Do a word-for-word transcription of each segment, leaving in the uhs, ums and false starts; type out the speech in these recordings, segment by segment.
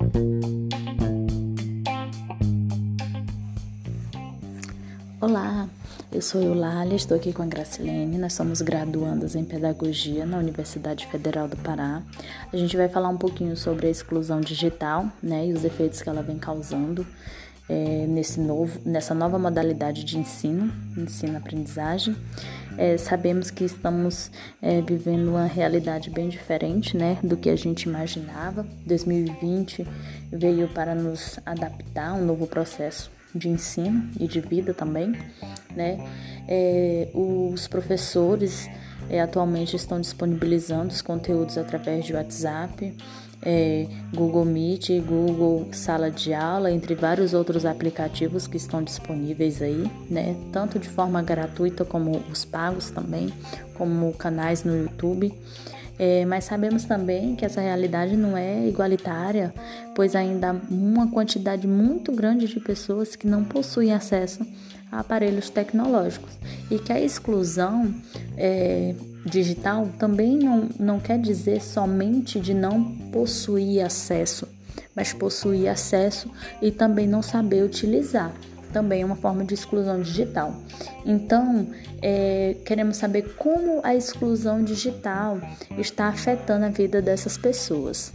Olá, eu sou Eulália, estou aqui com a Gracilene, nós somos graduandas em Pedagogia na Universidade Federal do Pará. A gente vai falar um pouquinho sobre a exclusão digital, né, e os efeitos que ela vem causando é, nesse novo, nessa nova modalidade de ensino, ensino-aprendizagem. É, sabemos que estamos é, vivendo uma realidade bem diferente, né, do que a gente imaginava. dois mil e vinte veio para nos adaptar a um novo processo de ensino e de vida também, né? É, os professores é, atualmente estão disponibilizando os conteúdos através de WhatsApp, é, Google Meet, Google Sala de Aula, entre vários outros aplicativos que estão disponíveis aí, né? Tanto de forma gratuita como os pagos também, como canais no YouTube. É, mas sabemos também que essa realidade não é igualitária, pois ainda há uma quantidade muito grande de pessoas que não possuem acesso a aparelhos tecnológicos e que a exclusão é, digital também não, não quer dizer somente de não possuir acesso, mas possuir acesso e também não saber utilizar. Também é uma forma de exclusão digital. Então, é, queremos saber como a exclusão digital está afetando a vida dessas pessoas.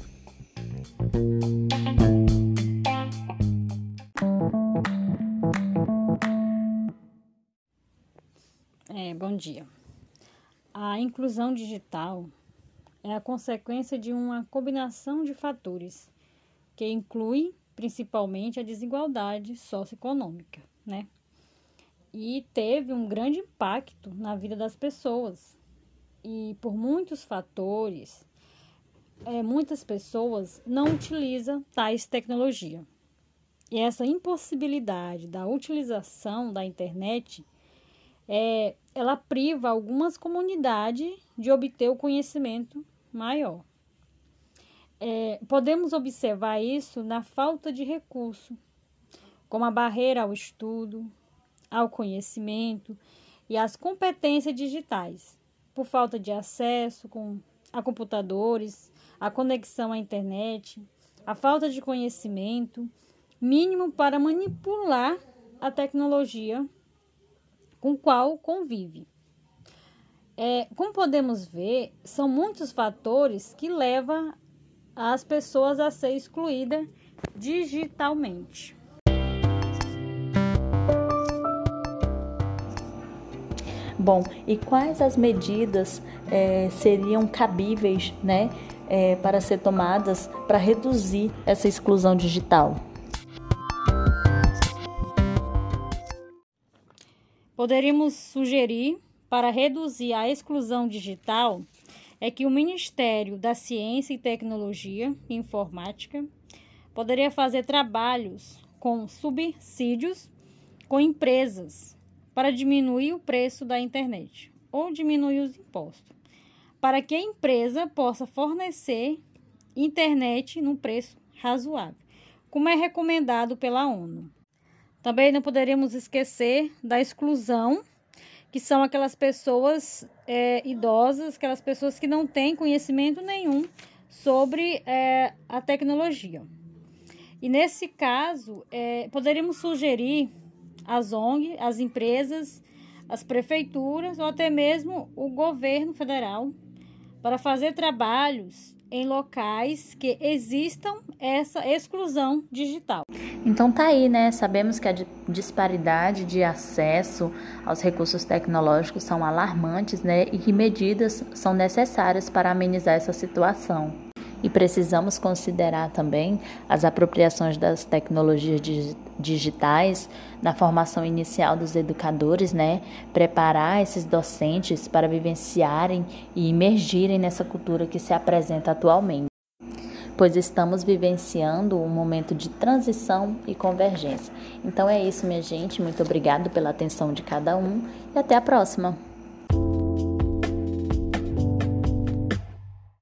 É, bom dia. A inclusão digital é a consequência de uma combinação de fatores que inclui principalmente a desigualdade socioeconômica, né? E teve um grande impacto na vida das pessoas. E por muitos fatores, é, muitas pessoas não utilizam tais tecnologias. E essa impossibilidade da utilização da internet, é, ela priva algumas comunidades de obter o conhecimento maior. É, podemos observar isso na falta de recurso, como a barreira ao estudo, ao conhecimento e às competências digitais, por falta de acesso com, a computadores, a conexão à internet, a falta de conhecimento mínimo para manipular a tecnologia com qual convive. É, como podemos ver, são muitos fatores que levam as pessoas a ser excluídas digitalmente. Bom, e quais as medidas é, seriam cabíveis, né, é, para ser tomadas para reduzir essa exclusão digital? Poderíamos sugerir, para reduzir a exclusão digital, é que o Ministério da Ciência e Tecnologia e Informática poderia fazer trabalhos com subsídios com empresas para diminuir o preço da internet ou diminuir os impostos, para que a empresa possa fornecer internet num preço razoável, como é recomendado pela ONU. Também não poderíamos esquecer da exclusão, que são aquelas pessoas é, idosas, aquelas pessoas que não têm conhecimento nenhum sobre é, a tecnologia. E nesse caso, é, poderíamos sugerir às O N Gs, às empresas, às prefeituras ou até mesmo o governo federal para fazer trabalhos em locais que existam essa exclusão digital. Então tá aí, né? Sabemos que a disparidade de acesso aos recursos tecnológicos são alarmantes, né? E que medidas são necessárias para amenizar essa situação. E precisamos considerar também as apropriações das tecnologias digitais na formação inicial dos educadores, né? Preparar esses docentes para vivenciarem e imergirem nessa cultura que se apresenta atualmente, pois estamos vivenciando um momento de transição e convergência. Então é isso, minha gente. Muito obrigada pela atenção de cada um e até a próxima.